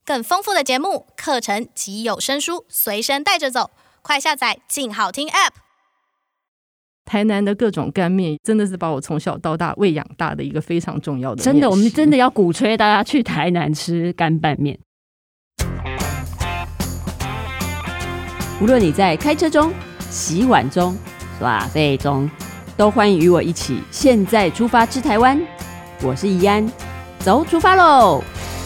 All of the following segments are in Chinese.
更丰富的节目、课程及有声书随身带着走，快下载静好听 App。 台南的各种干面真的是把我从小到大喂养大的一个非常重要的面食。 真的，我们真的要鼓吹大家去台南吃干拌面。无论你在开车中、洗碗中、耍废中，都欢迎与我一起现在出发吃台湾。我是怡安，走，出发喽！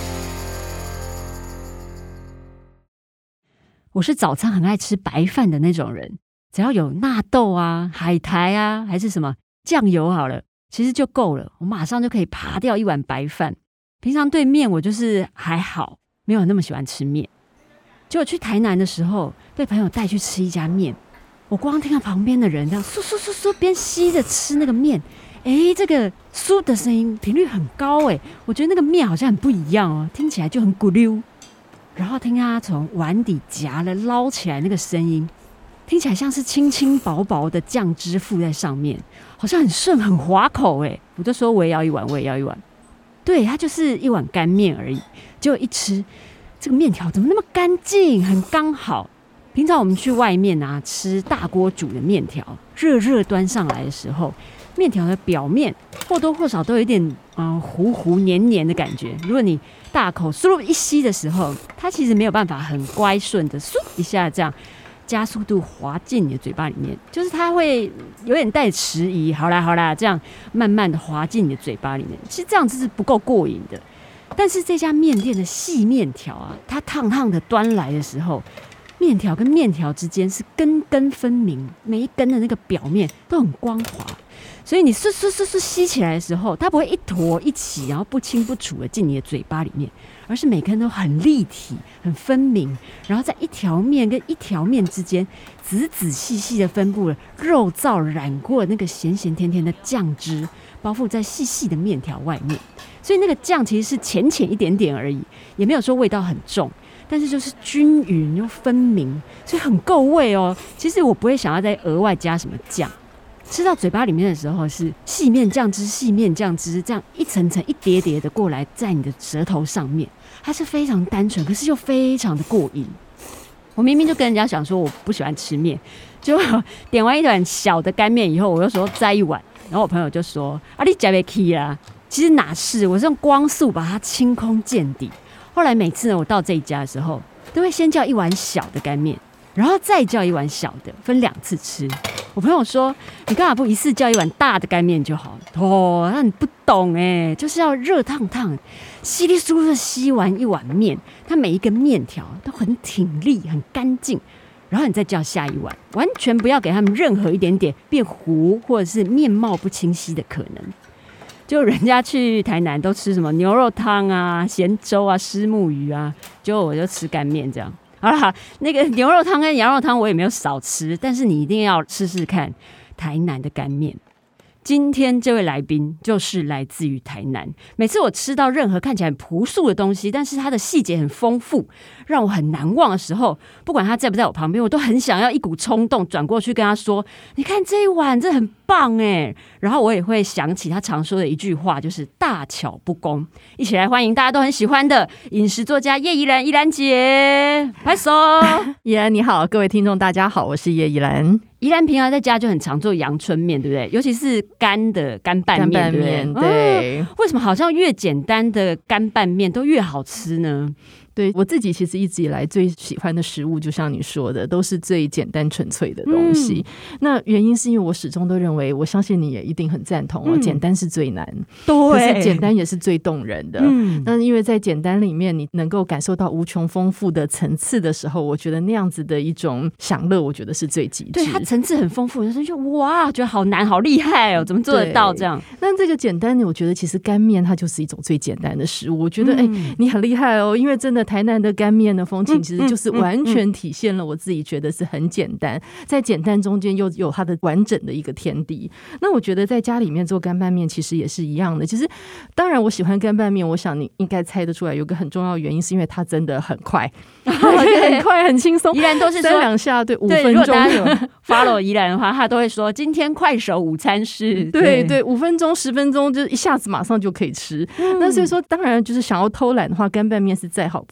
我是早餐很爱吃白饭的那种人，只要有纳豆啊、海苔啊，还是什么酱油好了，其实就够了，我马上就可以扒掉一碗白饭。平常对面我就是还好，没有那么喜欢吃面。结果去台南的时候，被朋友带去吃一家面，我光听到旁边的人这样嗦嗦嗦嗦边吸着吃那个面，这个酥的声音频率很高我觉得那个面好像很不一样哦，听起来就很咕溜。然后听他从碗底夹了捞起来那个声音，听起来像是轻轻薄薄的酱汁附在上面，好像很顺很滑口我就说我也要一碗，我也要一碗。对，它就是一碗干面而已，结果一吃，这个面条怎么那么干净，很刚好。平常我们去外面吃大锅煮的面条，热热端上来的时候，面条的表面或多或少都有一点糊糊黏黏的感觉。如果你大口输入一吸的时候，它其实没有办法很乖顺的嗖一下这样加速度滑进你的嘴巴里面，就是它会有点带迟疑，好啦这样慢慢的滑进你的嘴巴里面。其实这样子是不够过瘾的。但是这家面店的细面条它烫烫的端来的时候，面条跟面条之间是根根分明，每一根的那个表面都很光滑，所以你吸起来的时候，它不会一坨一起，然后不清不楚的进你的嘴巴里面，而是每根都很立体、很分明，然后在一条面跟一条面之间仔仔细细的分布了肉燥染过那个咸咸甜甜的酱汁，包覆在细细的面条外面。所以那个酱其实是浅浅一点点而已，也没有说味道很重，但是就是均匀又分明，所以很够味哦。其实我不会想要再额外加什么酱，吃到嘴巴里面的时候是细面酱汁这样一层层一叠叠的过来在你的舌头上面，它是非常单纯，可是又非常的过瘾。我明明就跟人家讲说我不喜欢吃面，就点完一碗小的干面以后，我又说再一碗，然后我朋友就说你吃不起啦。其实哪是，我是用光速把它清空见底。后来每次呢，我到这一家的时候，都会先叫一碗小的干面，然后再叫一碗小的，分2次吃。我朋友说，你干嘛不一次叫一碗大的干面就好了？那你不懂就是要热烫烫，稀里疏的吸完一碗面，它每一个面条都很挺立、很干净。然后你再叫下一碗，完全不要给他们任何一点点变糊或者是面貌不清晰的可能。就人家去台南都吃什么牛肉汤啊、咸粥啊、虱目鱼啊，结果我就吃干面这样。好啦，那个牛肉汤跟羊肉汤我也没有少吃，但是你一定要试试看台南的干面。今天这位来宾就是来自于台南，每次我吃到任何看起来很朴素的东西，但是它的细节很丰富，让我很难忘的时候，不管他在不在我旁边，我都很想要一股冲动转过去跟他说，你看这一碗这很棒然后我也会想起他常说的一句话，就是大巧不工。一起来欢迎大家都很喜欢的饮食作家叶宜兰，宜兰姐，拍手。 宜兰你好，各位听众大家好，我是叶宜兰。 宜兰平常在家就很常做阳春面，对不对？尤其是干的干拌面，对不对？ 对。 为什么好像越简单的干拌面都越好吃呢？ 对，我自己其实一直以来最喜欢的食物，就像你说的，都是最简单纯粹的东西。那原因是因为我始终都认为，我相信你也一定很赞同简单是最难， 对， 可是简单也是最动人的。那因为在简单里面，你能够感受到无穷丰富的层次的时候，我觉得那样子的一种享乐，我觉得是最极致。 对，它层次很丰富，有时候就哇，觉得好难好厉害哦，怎么做得到这样？ 那这个简单的，我觉得其实干面它就是一种最简单的食物。我觉得你很厉害哦，因为真的台南的干面的风情其实就是完全体现了我自己觉得是很简单，在简单中间又有它的完整的一个天地。那我觉得在家里面做干拌面其实也是一样的。其实当然我喜欢干拌面，我想你应该猜得出来，有个很重要的原因是因为它真的很快很快很轻松， 宜兰都是说 3-2下对5分钟。 如果大家有 follow 宜兰的话，他都会说今天快手午餐是对5分钟10分钟就一下子马上就可以吃。那所以说当然就是想要偷懒的话，干拌面是再好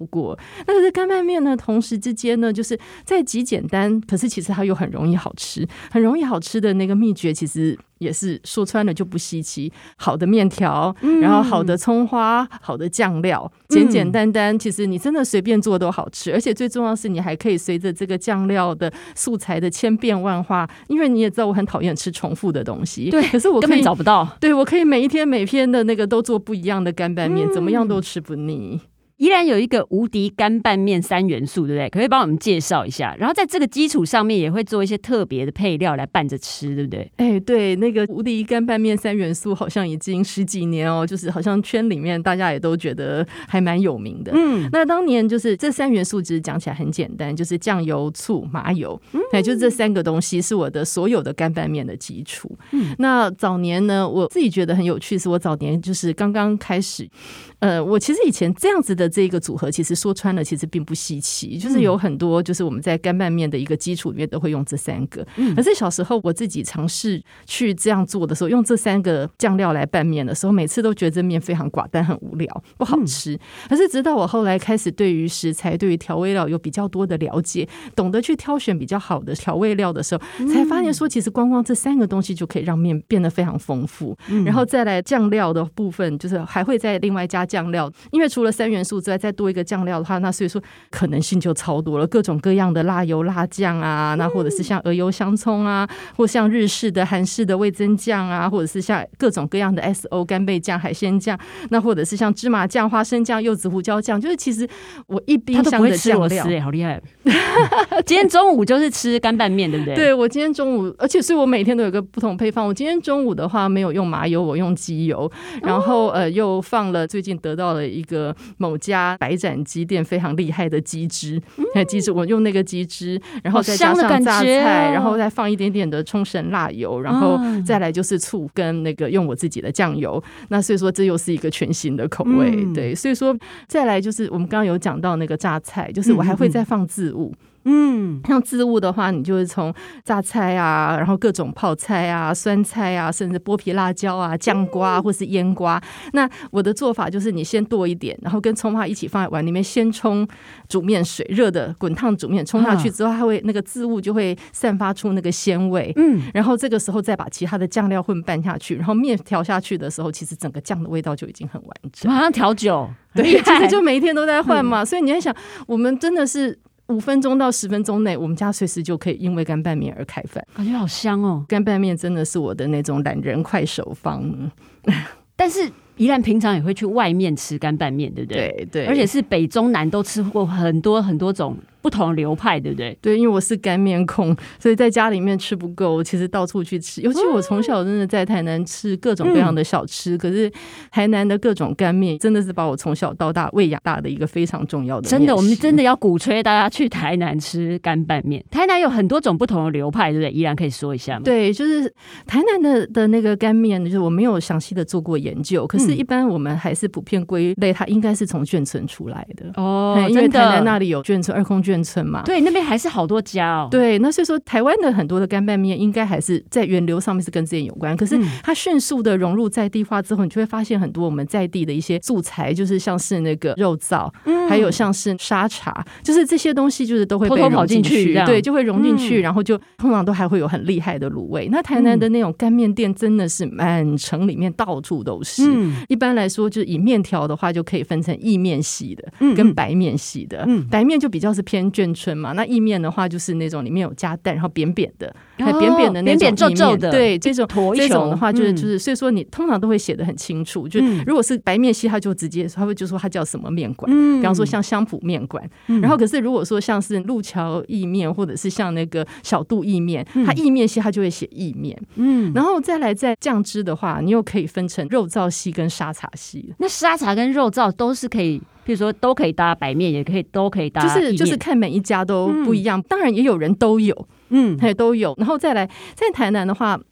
不过。那可是干拌面呢，同时之间呢，就是在极简单，可是其实它又很容易好吃，很容易好吃的那个秘诀，其实也是说穿了就不稀奇。好的面条，然后好的葱花，好的酱料，简简单单，其实你真的随便做都好吃。而且最重要的是，你还可以随着这个酱料的素材的千变万化，因为你也知道我很讨厌吃重复的东西， 对， 可是我可以根本找不到。 对，我可以每一天每天的那个都做不一样的干拌面，怎么样都吃不腻。 依然有一个无敌干拌面3元素，对不对？可不可以帮我们介绍一下？然后在这个基础上面也会做一些特别的配料来拌着吃，对不对？ 对，那个无敌干拌面3元素好像已经10几年哦，就是好像圈里面大家也都觉得还蛮有名的。那当年就是这3元素，其实讲起来很简单，就是酱油、醋、麻油，就是这3个东西是我的所有的干拌面的基础。那早年呢，我自己觉得很有趣，是我早年就是刚刚开始，我其实以前这样子的这个组合，其实说穿了其实并不稀奇，就是有很多就是我们在干拌面的一个基础里面都会用这3个。可是小时候我自己尝试去这样做的时候，用这3个酱料来拌面的时候，每次都觉得这面非常寡淡，很无聊，不好吃。可是直到我后来开始对于食材、对于调味料有比较多的了解，懂得去挑选比较好的调味料的时候，才发现说其实光这3个东西就可以让面变得非常丰富。然后再来酱料的部分，就是还会再另外加酱料，因为除了3元素之外，再多一个酱料的话，那所以说可能性就超多了，各种各样的辣油、辣酱啊，那或者是像鹅油香葱啊，或像日式的、韩式的味噌酱啊，或者是像各种各样的 SO 干贝酱、海鲜酱，那或者是像芝麻酱、花生酱、柚子胡椒酱，就是其实我一冰箱的酱料， 好厉害！今天中午就是吃干拌面，对不对？ 对，我今天中午，而且所以我每天都有个不同配方。我今天中午的话没有用麻油，我用鸡油，然后又放了最近得到了一个某家白斩鸡店非常厉害的鸡汁，鸡汁我用那个鸡汁，然后再加上榨菜，然后再放一点点的冲绳辣油，然后再来就是醋跟那个用我自己的酱油。那所以说这又是一个全新的口味，对，所以说再来就是我们刚刚有讲到那个榨菜，就是我还会再放渍物。像渍物的话，你就是从榨菜啊，然后各种泡菜啊、酸菜啊，甚至剥皮辣椒啊、酱瓜或是腌瓜。那我的做法就是你先剁一点，然后跟葱花一起放在碗里面，先冲煮面水，热的滚烫煮面冲下去之后，它会那个渍物就会散发出那个鲜味。然后这个时候再把其他的酱料混拌下去，然后面调下去的时候，其实整个酱的味道就已经很完整。 好像调酒， 对，其实就每一天都在换嘛。所以你在想，我们真的是5分钟到10分钟内，我们家随时就可以因为干拌面而开饭， 感觉好香哦！ 干拌面真的是我的那种懒人快手方。 但是宜兰平常也会去外面吃干拌面，对不对？ 对对， 而且是北中南都吃过很多很多种不同的流派，对不对？ 对，因为我是干面控，所以在家里面吃不够，其实到处去吃。尤其我从小真的在台南吃各种各样的小吃，可是台南的各种干面真的是把我从小到大喂养大的一个非常重要的面食。 真的，我们真的要鼓吹大家去台南吃干拌面。台南有很多种不同的流派，对不对？依然可以说一下吗？ 对，就是台南的那个干面，就是我没有详细的做过研究，可是一般我们还是普遍归类，它应该是从眷村出来的哦， 因为台南那里有眷村、二空眷村嘛。 对，那边还是好多家哦。 对，那所以说台湾的很多的干拌面应该还是在源流上面是跟这些有关，可是它迅速的融入在地化之后，你就会发现很多我们在地的一些素材，就是像是那个肉燥，还有像是沙茶，就是这些东西就是都会被融进去，对，就会融进去，然后就通常都还会有很厉害的卤味。那台南的那种干面店真的是满城里面到处都是。一般来说，就是以面条的话，就可以分成意面系的跟白面系的。白面就比较是偏眷村嘛，那意面的话就是那种里面有加蛋，然后扁扁的，扁扁的那种扁扁皱皱的， 对，这种的话就是，所以说你通常都会写得很清楚。就如果是白面系，他就直接他会就说他叫什么面馆，比方说像香埔面馆。然后可是如果说像是路桥意面，或者是像那个小肚意面，它意面系他就会写意面。然后再来在酱汁的话，你又可以分成肉燥系跟沙茶系。 那沙茶跟肉燥都是可以，譬如说都可以搭白面，也可以都可以搭意面， 就是看每一家都不一样。当然也有人都有。都有。然后再来在台南的话，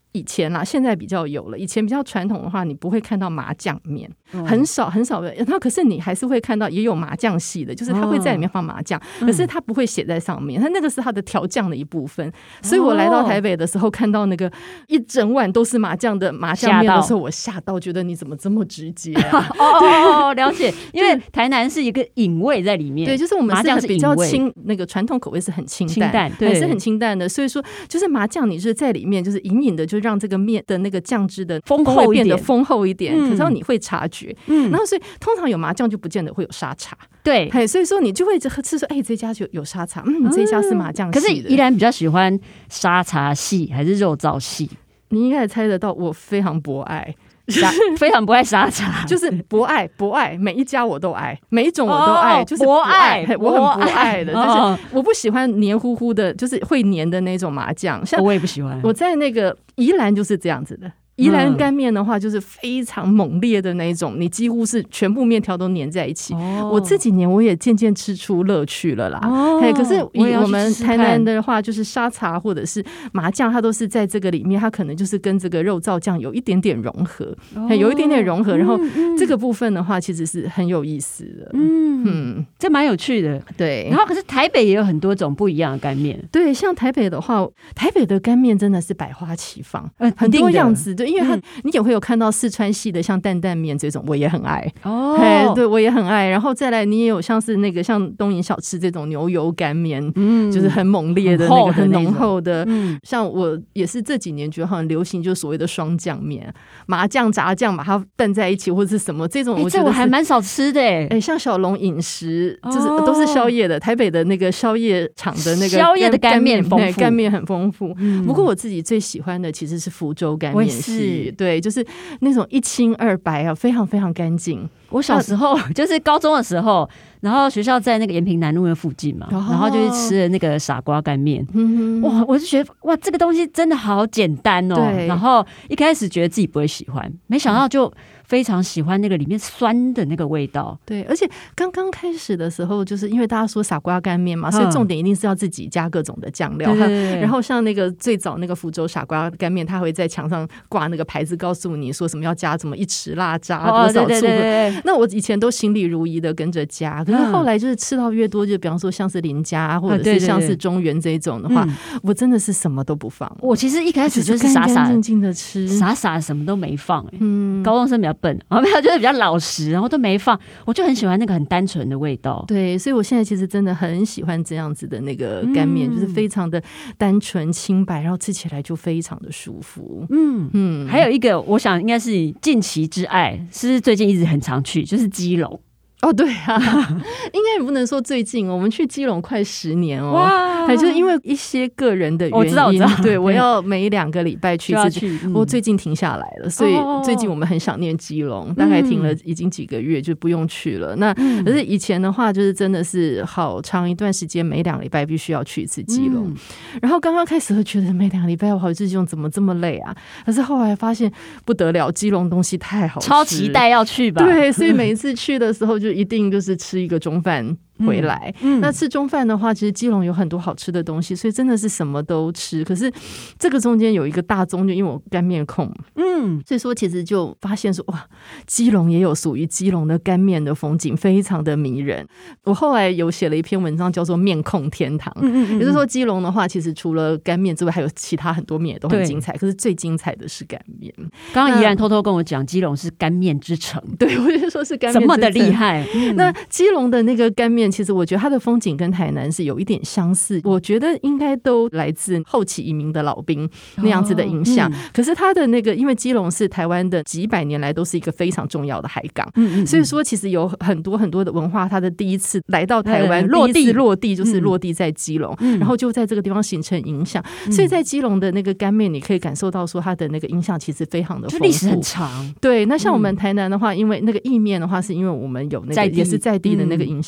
以前啦，现在比较有了。以前比较传统的话，你不会看到麻酱面，很少很少的。然后可是你还是会看到也有麻酱系的，就是他会在里面放麻酱，可是他不会写在上面，他那个是他的调酱的一部分。所以我来到台北的时候，看到那个一整碗都是麻酱的麻酱面的时候，我吓到，觉得你怎么这么直接啊？ 了解，因为台南是一个隐味在里面， 对，就是我们是比较清，那个传统口味是很清淡，对，是很清淡的。所以说，就是麻酱你是在里面，就是隐隐的就让这个面的那个酱汁的风味变得丰厚一点，可是你会察觉。然后所以通常有麻酱就不见得会有沙茶， 对， 所以说你就会吃说，这家就有沙茶，这家是麻酱系的。 可是依然比较喜欢沙茶系还是肉燥系？ 你应该也猜得到，我非常博爱。 非常不爱沙茶， 就是博爱，每一家我都爱，每一种我都爱，就是博爱，我很博爱的，就是我不喜欢黏糊糊的，就是会黏的那种麻酱，像我也不喜欢。 我在那个宜兰就是这样子的。宜兰干面的话，就是非常猛烈的那一种，你几乎是全部面条都粘在一起。我这几年我也渐渐吃出乐趣了啦。可是以我们台南的话，就是沙茶或者是麻酱，它都是在这个里面，它可能就是跟这个肉燥酱有一点点融合，有一点点融合。然后这个部分的话，其实是很有意思的。 这蛮有趣的。对。然后可是台北也有很多种不一样的干面。 对，像台北的话，台北的干面真的是百花齐放，很多样子。对。因为你也会有看到四川系的，像担担面这种，我也很爱。对，我也很爱。然后再来，你也有像是那个像东营小吃这种牛油干面，就是很猛烈的那个很浓厚的。像我也是这几年觉得很流行，就是所谓的双酱面，麻酱炸酱把它拌在一起，或者是什么这种，我觉得这我还蛮少吃的。 像小龙饮食就是都是宵夜的，台北的那个宵夜场的那个宵夜的干面丰富， 干面很丰富。不过我自己最喜欢的其实是福州干面系。对，就是那种一清二白啊，非常非常干净。 我小时候就是高中的时候，然后学校在那个延平南路的附近嘛，然后就去吃了那个傻瓜干面。哇，我就觉得哇，这个东西真的好简单哦。然后一开始觉得自己不会喜欢，没想到就非常喜欢那个里面酸的那个味道。 对，而且刚刚开始的时候，就是因为大家说傻瓜干面嘛，所以重点一定是要自己加各种的酱料。然后像那个最早那个福州傻瓜干面，他会在墙上挂那个牌子，告诉你说什么要加什么1匙辣渣多少醋。那我以前都心里如一的跟着加，可是后来就是吃到越多，就比方说像是林家或者是像是中原这种的话，我真的是什么都不放。 我其实一开始就是傻傻干干净净的吃， 傻傻什么都没放。高中生比较笨，没有就是比较老实，然后都没放。我就很喜欢那个很单纯的味道。 对，所以我现在其实真的很喜欢这样子的那个干面，就是非常的单纯清白，然后吃起来就非常的舒服。 还有一个我想应该是近期之爱，是最近一直很常去，就是基隆。 对啊，应该也不能说最近，我们去基隆快10年哦。哇，就是因为一些个人的原因， 我知道， 对，我要每2个礼拜去一次。我最近停下来了，所以最近我们很想念基隆，大概停了已经几个月，就不用去了。那可是以前的话，就是真的是好长一段时间，每2个礼拜必须要去一次基隆。然后刚刚开始会觉得每2个礼拜我好日用怎么这么累啊？可是后来发现不得了，基隆东西太好吃， 超期待要去吧？ 对，所以每一次去的时候就一定就是吃一个中饭回来。那吃中饭的话，其实基隆有很多好吃的东西，所以真的是什么都吃。可是这个中间有一个大宗，就因为我干面控，所以说其实就发现说哇，基隆也有属于基隆的干面的风景，非常的迷人。我后来有写了一篇文章叫做《面控天堂》，也就是说基隆的话，其实除了干面之外，还有其他很多面也都很精彩，可是最精彩的是干面。 刚刚怡然偷偷跟我讲，基隆是干面之城， 对，我就说是干面之城， 怎么的厉害？ 那基隆的那个干面，其实我觉得它的风景跟台南是有一点相似，我觉得应该都来自后期移民的老兵那样子的影响。可是它的那个，因为基隆是台湾的几百年来都是一个非常重要的海港，所以说其实有很多很多的文化，它的第一次来到台湾，第一次落地就是落地在基隆，然后就在这个地方形成影响。所以在基隆的那个干面，你可以感受到说它的那个影响其实非常的丰富， 历史很长。 对，那像我们台南的话，因为那个意面的话，是因为我们有那个也是在地的那个影响。基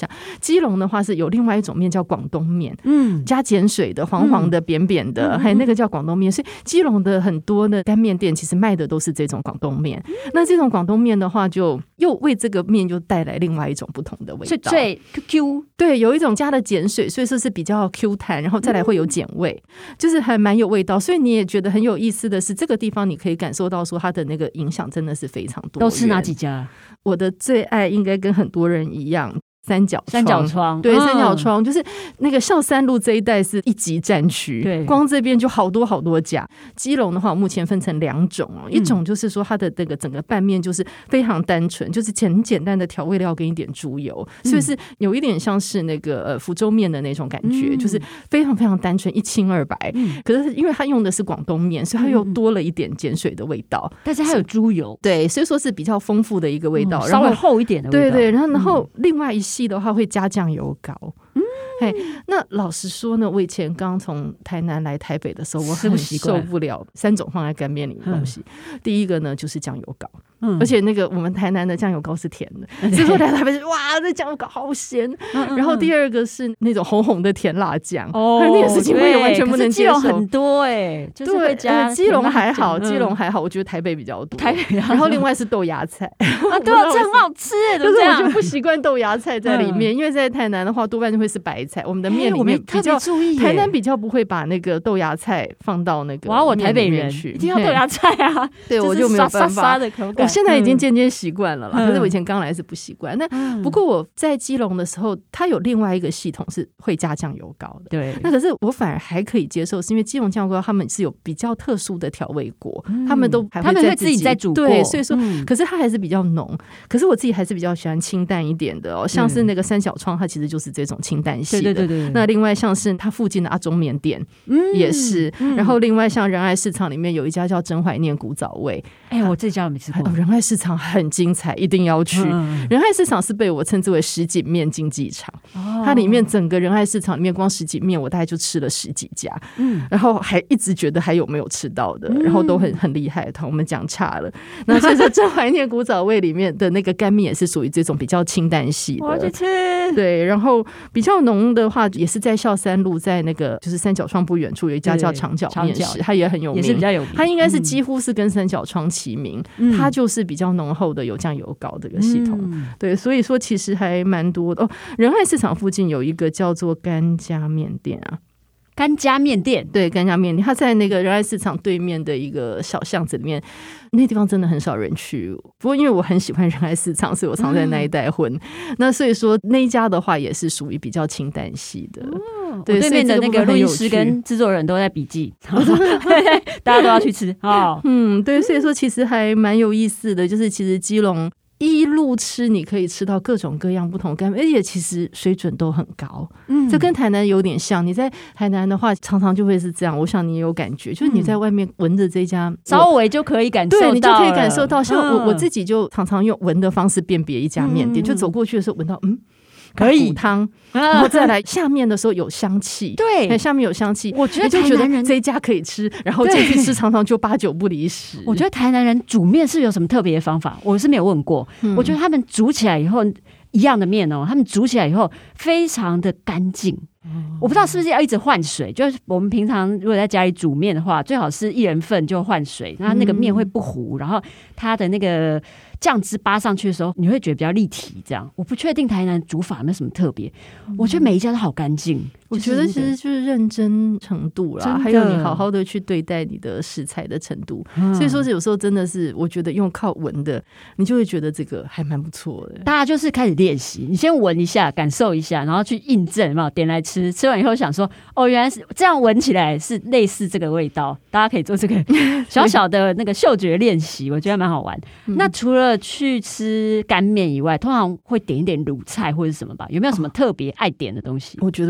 基隆的话是有另外一种面叫广东面，加碱水的，黄黄的扁扁的，还有那个叫广东面。所以基隆的很多的干面店其实卖的都是这种广东面。那这种广东面的话，就又为这个面就带来另外一种不同的味道， 最 Q， 对，有一种加了碱水，所以说是比较 Q 弹，然后再来会有碱味，就是还蛮有味道。所以你也觉得很有意思的是，这个地方你可以感受到说它的那个影响真的是非常多。 都是哪几家？ 我的最爱应该跟很多人一样，三角窗，对，三角窗就是那个孝三路这一带是一级战区， 对， 光这边就好多家。基隆的话，目前分成2种哦，一种就是说它的那个整个拌面就是非常单纯，就是很简单的调味料跟一点猪油，所以是有一点像是那个福州面的那种感觉，就是非常非常单纯，一清二白。可是因为它用的是广东面，所以它又多了一点碱水的味道， 但是它有猪油， 对，所以说是比较丰富的一个味道， 稍微厚一点的味道。 对，然后另外一系的话会加酱油膏。那老实说呢，我以前刚从台南来台北的时候，我很受不了3种放在干面里的东西。第一个呢就是酱油膏，而且那个我们台南的酱油膏是甜的，所以说来台北哇，这酱油膏好咸。然后第二个是那种红红的甜辣酱，那个事情我也完全不能接受。 基隆很多就是会加基隆还好，我觉得台北比较多。然后另外是豆芽菜， 豆芽菜很好吃， 可是我就不习惯豆芽菜在里面，因为在台南的话多半就会是白菜，我们的面里面比较台南比较不会把那个豆芽菜放到那个我台北人去， 一定要豆芽菜啊， 对，我就没有办法。我现在已经渐渐习惯了啦，可是我以前刚来是不习惯。那不过我在基隆的时候，它有另外一个系统是会加酱油膏的， 对。 那可是我反而还可以接受，是因为基隆酱油膏他们是有比较特殊的调味锅，他们都还会自己在煮过， 对，所以说，可是它还是比较浓。可是我自己还是比较喜欢清淡一点的哦，像是那个三小窗，它其实就是这种清淡系的。对。那另外像是它附近的阿中面店，也是。然后另外像仁爱市场里面有一家叫真怀念古早味， 我这家没吃过。 仁爱市场很精彩，一定要去。仁爱市场是被我称之为什锦面竞技场，它里面整个仁爱市场里面光什锦面我大概就吃了10几家，然后还一直觉得还有没有吃到的，然后都很厉害，我们讲差了。那所以说真怀念古早味里面的那个干面也是属于这种比较清淡系的， 我去吃。 对，然后比较浓的话也是在孝三路，在那个就是三角窗不远处有一家叫长角面食，它也很有名， 也是比较有名， 它应该是几乎是跟三角窗齐名，它就是比较浓厚的有酱油膏这个系统。对，所以说其实还蛮多的哦。仁爱市场附近有一个叫做甘家面店啊， 甘家面店， 对，甘家面店，它在那个仁爱市场对面的一个小巷子里面，那地方真的很少人去。不过因为我很喜欢仁爱市场，所以我常在那一带混。那所以说那一家的话也是属于比较清淡系的。 对，对面的那个录音师跟制作人都在笔记，大家都要去吃。 对，所以说其实还蛮有意思的，就是其实基隆一路吃你可以吃到各种各样不同干面，而且其实水准都很高。这跟台南有点像。你在台南的话常常就会是这样，我想你也有感觉，就是你在外面闻着这家稍微就可以感受到， 对，你就可以感受到。像我自己就常常用闻的方式辨别一家面店，就走过去的时候闻到可以汤，然后再来下面的时候有香气， 对， 下面有香气， 我觉得就觉得这一家可以吃，然后进去吃常常就8、9不离10。 我觉得台南人煮面是有什么特别的方法，我是没有问过。我觉得他们煮起来以后一样的面他们煮起来以后非常的干净。我不知道是不是要一直换水，就是我们平常如果在家里煮面的话，最好是1人份就换水，然后那个面会不糊，然后它的那个酱汁扒上去的时候你会觉得比较立体。这样我不确定台南煮法有没有什么特别，我觉得每一家都好干净。 我觉得其实就是认真程度啦，还有你好好的去对待你的食材的程度。所以说是有时候真的是我觉得用靠闻的你就会觉得这个还蛮不错的。 大家就是开始练习，你先闻一下感受一下，然后去印证有没有点来吃完以后想说原来是这样，闻起来是类似这个味道。大家可以做这个小小的那个嗅觉练习，我觉得蛮好玩。那除了去吃干面以外，通常会点一点卤菜或者什么吧？有没有什么特别爱点的东西？ 我觉得卤味是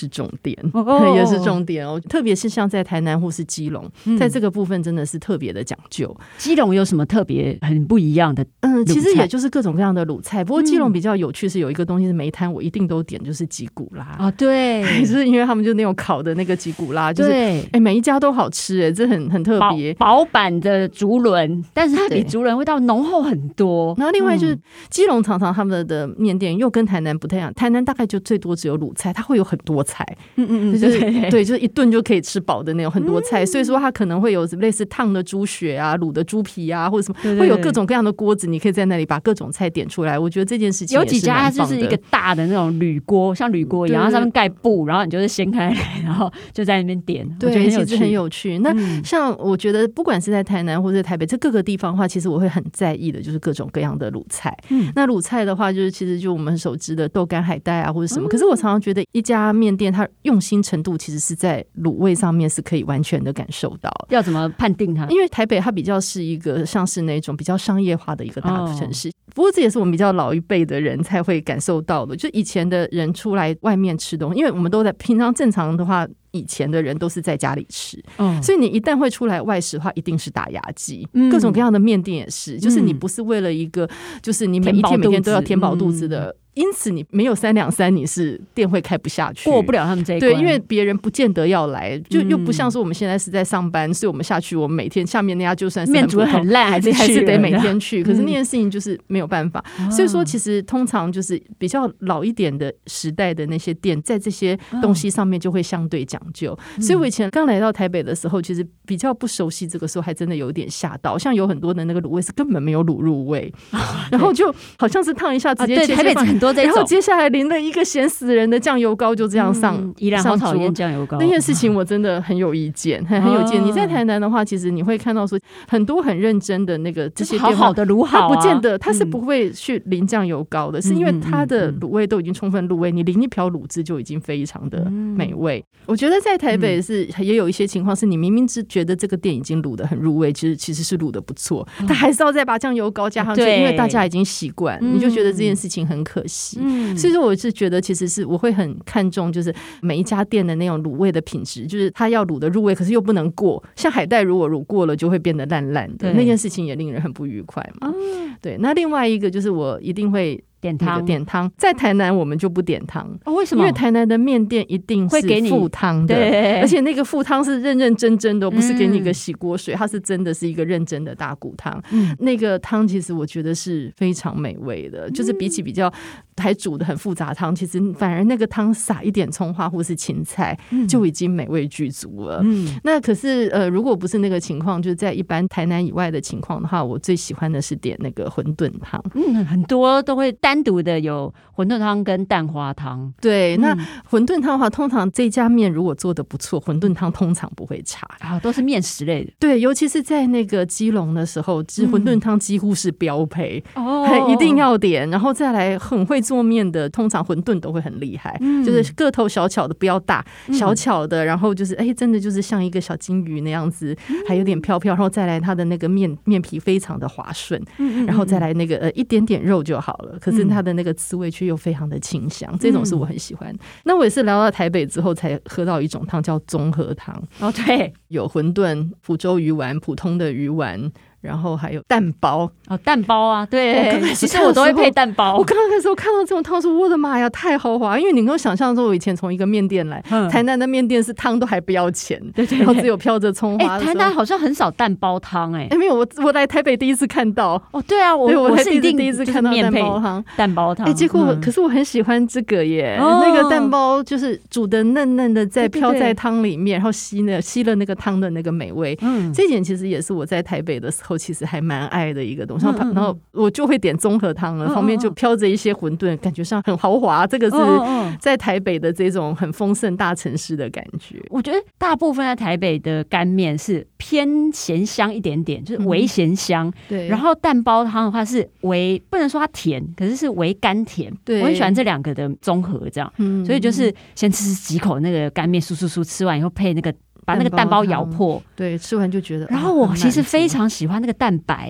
是重点， 哦也是重点哦。特别是像在台南或是基隆，在这个部分真的是特别的讲究。 基隆有什么特别很不一样的？ 其实也就是各种各样的卤菜，不过基隆比较有趣是有一个东西是每一摊我一定都点，就是吉古拉哦，对， 就是因为他们就那种烤的那个吉古拉，就是每一家都好吃这很特别。 薄版的竹轮，但是它比竹轮味道浓厚很多。 然后另外就是基隆常常他们的面店又跟台南不太一样，台南大概就最多只有卤菜，它会有很多菜，就是对，就是一顿就可以吃饱的那种很多菜，所以说它可能会有类似烫的猪血啊、卤的猪皮啊，或者什么，会有各种各样的锅子，你可以在那里把各种菜点出来。我觉得这件事情有几家它就是一个大的那种铝锅，像铝锅一样，然后上面盖布，然后你就是掀开来，然后就在那边点。 对，我觉得其实很有趣。那像我觉得不管是在台南或者台北这各个地方的话，其实我会很在意的就是各种各样的卤菜。那卤菜的话，就是其实就我们很熟知的豆干海带啊或者什么。可是我常常觉得一家面店它用心程度其实是在卤味上面是可以完全的感受到。 要怎么判定它？ 因为台北它比较是一个像是那种比较商业化的一个大城市，不过这也是我们比较老一辈的人才会感受到的。就以前的人出来外面吃东西，因为我们都在平常正常的话，以前的人都是在家里吃，所以你一旦会出来外食的话，一定是打牙祭。各种各样的面店也是，就是你不是为了一个，就是你每一天每天都要填饱肚子的。因此你没有3两3，你是店会开不下去， 过不了他们这一关。 对，因为别人不见得要来，就又不像说我们现在是在上班，所以我们下去，我们每天下面那家就算是面煮得很烂，还是得每天去。可是那件事情就是没有办法，所以说其实通常就是比较老一点的时代的那些店，在这些东西上面就会相对讲究。所以我以前刚来到台北的时候，其实比较不熟悉，这个时候还真的有点吓到，像有很多的那个卤味是根本没有卤入味，然后就好像是烫一下直接切台北很多这种， 然后接下来淋了一个咸死人的酱油膏，就这样上。 依然好讨厌酱油膏， 那件事情我真的很有意见，很有意见。你在台南的话，其实你会看到说很多很认真的那个这些好好的卤好， 它不见得它是不会去淋酱油膏的，是因为它的卤味都已经充分入味，你淋一瓢卤汁就已经非常的美味。我觉得在台北是也有一些情况是你明明是觉得这个店已经卤得很入味，其实是卤得不错，他还是要再把酱油膏加上去，因为大家已经习惯，你就觉得这件事情很可惜。所以说我是觉得其实是我会很看重就是每一家店的那种卤味的品质，就是它要卤的入味，可是又不能过，像海带如果卤过了就会变得烂烂的，那件事情也令人很不愉快嘛。对，那另外一个就是我一定会点汤，在台南我们就不点汤。为什么？因为台南的面店一定是附汤的，而且那个附汤是认认真真的，不是给你一个洗锅水，它是真的是一个认真的大骨汤。那个汤其实我觉得是非常美味的，就是比起比较还煮的很复杂汤，其实反而那个汤撒一点葱花或是芹菜就已经美味具足了。那可是如果不是那个情况，就是在一般台南以外的情况的话，我最喜欢的是点那个馄饨汤。 很多都会单独的有馄饨汤跟蛋花汤。 对，那馄饨汤的话，通常这家面如果做的不错，馄饨汤通常不会差都是面食类的。 对，尤其是在那个基隆的时候，馄饨汤几乎是标配，一定要点。然后再来很会做面的，通常馄饨都会很厉害，就是个头小巧的，不要大，小巧的，然后就是真的就是像一个小金鱼那样子，还有点飘飘，然后再来它的那个面皮非常的滑顺，然后再来那个一点点肉就好了，可是它的那个滋味却又非常的清香，这种是我很喜欢。那我也是来到台北之后才喝到一种汤叫综合汤。 对， 有馄饨、福州鱼丸、普通的鱼丸，然后还有蛋包。 蛋包啊，对，其实我都会配蛋包。 我刚开始看到这种汤说我的妈呀，太豪华，因为你能够想象说我以前从一个面店来，台南的面店是汤都还不要钱，然后只有飘着葱花。 台南好像很少蛋包汤。 没有，我来台北第一次看到。 对啊，我是第一次看到蛋包汤。 结果可是我很喜欢这个耶，那个蛋包就是煮的嫩嫩的，再飘在汤里面，然后吸了那个汤的那个美味。这点其实也是我在台北的时候其实还蛮爱的一个东西。然后我就会点综合汤了，旁边就飘着一些馄饨，感觉上很豪华。这个是在台北的这种很丰盛大城市的感觉。 我觉得大部分在台北的干面是偏咸香一点点，就是微咸香。对，然后蛋包汤的话是不能说它甜，可是是微甘甜。对，我很喜欢这两个的综合，这样。所以就是先吃几口那个干面，酥，吃完以后配那个。把那个蛋包咬破， 对，吃完就觉得。 然后我其实非常喜欢那个蛋白，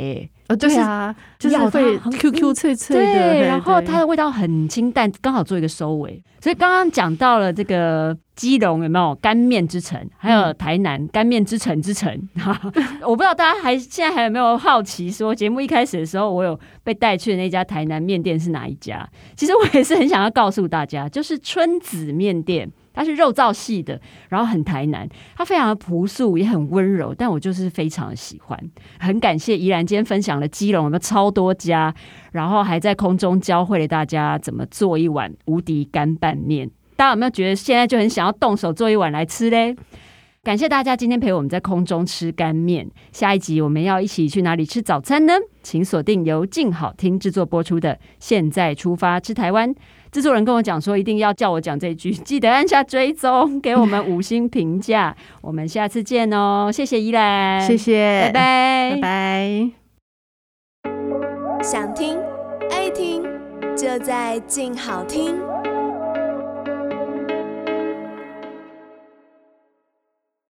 对啊，就是会 QQ 脆脆的， 对，然后它的味道很清淡，刚好做一个收尾。所以刚刚讲到了这个基隆有没有干面之城，还有台南干面之城之城。我不知道大家现在还有没有好奇，说节目一开始的时候，我有被带去的那家台南面店是哪一家？其实我也是很想要告诉大家，就是春子面店。它是肉燥系的，然后很台南，它非常的朴素，也很温柔，但我就是非常的喜欢。很感谢宜兰今天分享了基隆有没有超多家，然后还在空中教会了大家怎么做一碗无敌干拌面。大家有没有觉得现在就很想要动手做一碗来吃嘞？感谢大家今天陪我们在空中吃干面，下一集我们要一起去哪里吃早餐呢？请锁定由静好听制作播出的《现在出发吃台湾》。制作人跟我讲说，一定要叫我讲这句，记得按下追踪，给我们5星评价。我们下次见哦，谢谢宜兰， 谢谢， 拜拜， 拜拜。 想听爱听，就在静好听。